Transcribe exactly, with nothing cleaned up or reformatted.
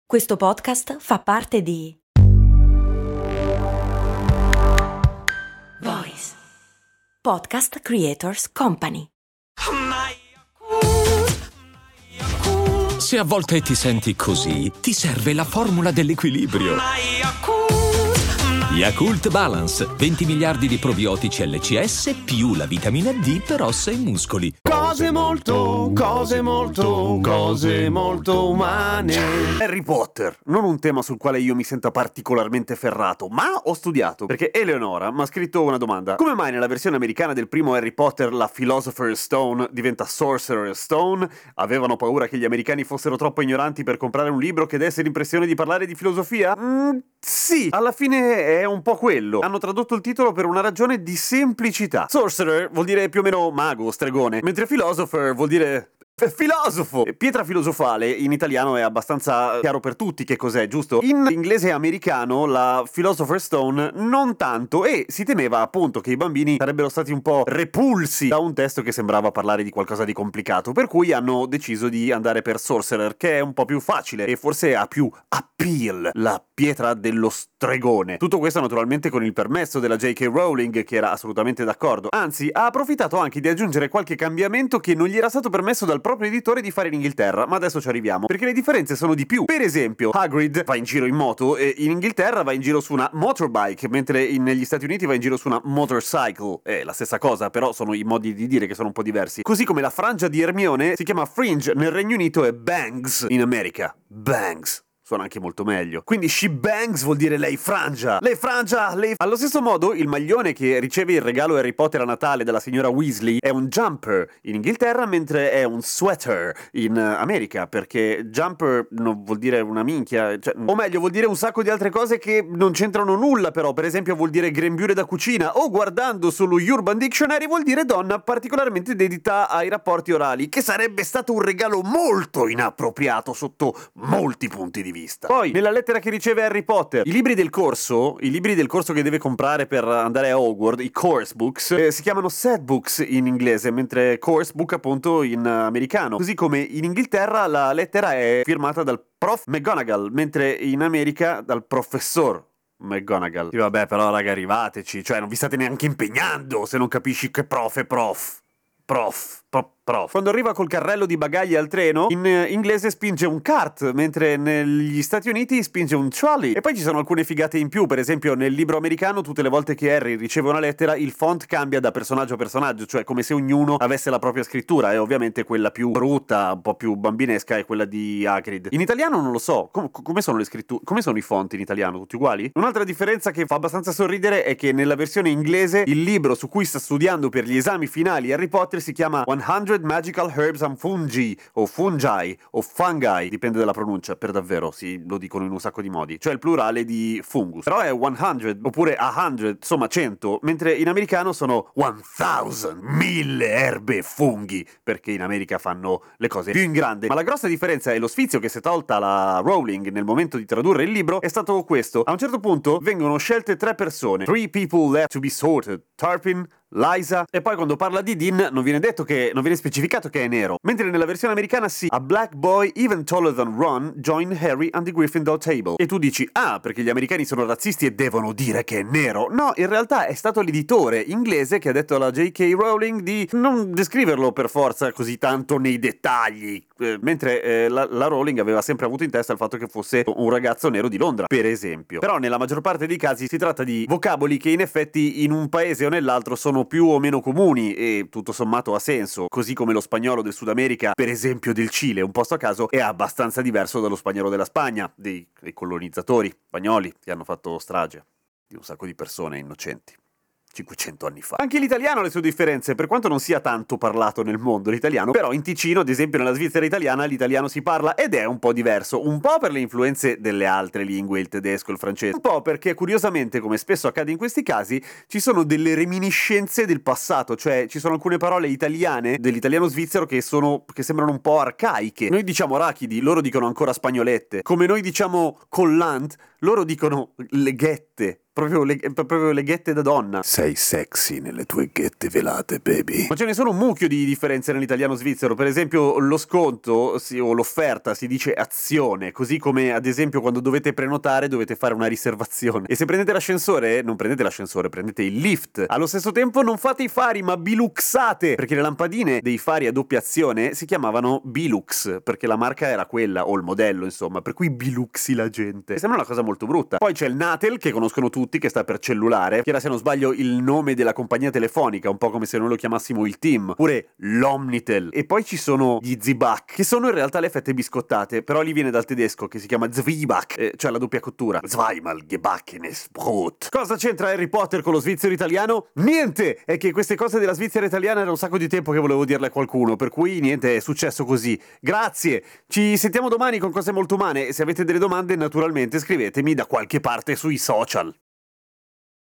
Questo podcast fa parte di Voice Podcast Creators Company. Se a volte ti senti così, ti serve la formula dell'equilibrio. Yakult Balance, venti miliardi di probiotici L C S più la vitamina D per ossa e muscoli. Cose molto, cose molto, cose molto umane. Harry Potter, non un tema sul quale io mi senta particolarmente ferrato, ma ho studiato, perché Eleonora mi ha scritto una domanda. Come mai nella versione americana del primo Harry Potter la Philosopher's Stone diventa Sorcerer's Stone? Avevano paura che gli americani fossero troppo ignoranti per comprare un libro che desse l'impressione di parlare di filosofia? Mm, sì, alla fine è un po' quello. Hanno tradotto il titolo per una ragione di semplicità. Sorcerer vuol dire più o meno mago, stregone, mentre philosopher vuol dire filosofo. Pietra filosofale in italiano è abbastanza chiaro per tutti che cos'è, giusto? In inglese americano la Philosopher's Stone non tanto, e si temeva appunto che i bambini sarebbero stati un po' repulsi da un testo che sembrava parlare di qualcosa di complicato, per cui hanno deciso di andare per Sorcerer, che è un po' più facile e forse ha più appeal, la pietra dello stregone. Tutto questo naturalmente con il permesso della J K Rowling, che era assolutamente d'accordo, anzi ha approfittato anche di aggiungere qualche cambiamento che non gli era stato permesso dal proprio editore di fare in Inghilterra, ma adesso ci arriviamo, perché le differenze sono di più. Per esempio, Hagrid va in giro in moto e in Inghilterra va in giro su una motorbike, mentre in, negli Stati Uniti va in giro su una motorcycle. È la stessa cosa, però sono i modi di dire che sono un po' diversi. Così come la frangia di Hermione si chiama fringe nel Regno Unito e bangs in America. Bangs. Suona anche molto meglio. Quindi she bangs vuol dire lei frangia. Lei frangia, lei... Allo stesso modo, il maglione che riceve il regalo Harry Potter a Natale dalla signora Weasley è un jumper in Inghilterra, mentre è un sweater in America, perché jumper non vuol dire una minchia, cioè, o meglio, vuol dire un sacco di altre cose che non c'entrano nulla, però. Per esempio vuol dire grembiule da cucina, o guardando sullo Urban Dictionary vuol dire donna particolarmente dedita ai rapporti orali, che sarebbe stato un regalo molto inappropriato sotto molti punti di vista. Poi, nella lettera che riceve Harry Potter, i libri del corso, i libri del corso che deve comprare per andare a Hogwarts, i course books, eh, si chiamano set books in inglese, mentre course book appunto in uh, americano. Così come in Inghilterra la lettera è firmata dal prof McGonagall, mentre in America dal professor McGonagall. Sì, vabbè, però raga, arrivateci, cioè non vi state neanche impegnando se non capisci che prof è prof. Prof, prof, prof. Quando arriva col carrello di bagagli al treno, in inglese spinge un cart, mentre negli Stati Uniti spinge un trolley. E poi ci sono alcune figate in più, per esempio nel libro americano tutte le volte che Harry riceve una lettera il font cambia da personaggio a personaggio, cioè come se ognuno avesse la propria scrittura, e ovviamente quella più brutta, un po' più bambinesca è quella di Hagrid. In italiano non lo so, Com- come sono le scritture, come sono i font in italiano, tutti uguali? Un'altra differenza che fa abbastanza sorridere è che nella versione inglese il libro su cui sta studiando per gli esami finali Harry Potter si chiama cento Magical Herbs and Fungi, o Fungi, o Fungi, dipende dalla pronuncia, per davvero, sì, lo dicono in un sacco di modi, cioè il plurale di fungus. Però è cento, oppure cento, insomma cento, mentre in americano sono mille, mille erbe e funghi, perché in America fanno le cose più in grande. Ma la grossa differenza e lo sfizio che si è tolta la Rowling nel momento di tradurre il libro è stato questo. A un certo punto vengono scelte tre persone, three people left to be sorted, Turpin, Liza, e poi quando parla di Dean non viene detto che non viene specificato che è nero, mentre nella versione americana sì, a black boy even taller than Ron joined Harry and the Gryffindor table. E tu dici, ah, perché gli americani sono razzisti e devono dire che è nero. No, in realtà è stato l'editore inglese che ha detto alla J K Rowling di non descriverlo per forza così tanto nei dettagli, eh, mentre eh, la, la Rowling aveva sempre avuto in testa il fatto che fosse un ragazzo nero di Londra, per esempio. Però nella maggior parte dei casi si tratta di vocaboli che in effetti in un paese o nell'altro sono più o meno comuni e tutto sommato ha senso, così come lo spagnolo del Sud America, per esempio del Cile, un posto a caso, è abbastanza diverso dallo spagnolo della Spagna, dei, dei colonizzatori spagnoli che hanno fatto strage di un sacco di persone innocenti cinquecento anni fa. Anche l'italiano ha le sue differenze, per quanto non sia tanto parlato nel mondo l'italiano, però in Ticino, ad esempio nella Svizzera italiana, l'italiano si parla ed è un po' diverso, un po' per le influenze delle altre lingue, il tedesco, il francese, un po' perché curiosamente, come spesso accade in questi casi, ci sono delle reminiscenze del passato, cioè ci sono alcune parole italiane dell'italiano svizzero che sono che sembrano un po' arcaiche. Noi diciamo arachidi, loro dicono ancora spagnolette. Come noi diciamo collant, loro dicono leghette. Proprio le, proprio le ghette da donna. Sei sexy nelle tue ghette velate, baby. Ma ce ne sono un mucchio di differenze nell'italiano svizzero. Per esempio, lo sconto si, o l'offerta si dice azione, così come ad esempio quando dovete prenotare dovete fare una riservazione. E se prendete l'ascensore, non prendete l'ascensore, prendete il lift. Allo stesso tempo non fate i fari, ma biluxate, perché le lampadine dei fari a doppia azione si chiamavano Bilux, perché la marca era quella, o il modello, insomma, per cui biluxi la gente. Mi sembra una cosa molto brutta. Poi c'è il Natel, che conoscono tutti, che sta per cellulare, che era, se non sbaglio, il nome della compagnia telefonica, un po' come se noi lo chiamassimo il Team, oppure l'Omnitel. E poi ci sono gli Zwieback, che sono in realtà le fette biscottate, però lì viene dal tedesco, che si chiama Zwieback, eh, cioè la doppia cottura. Zweimal gebackenes Brot. Cosa c'entra Harry Potter con lo svizzero italiano? Niente! È che queste cose della Svizzera italiana era un sacco di tempo che volevo dirle a qualcuno, per cui niente, è successo così. Grazie! Ci sentiamo domani con cose molto umane, e se avete delle domande naturalmente scrivetemi da qualche parte sui social.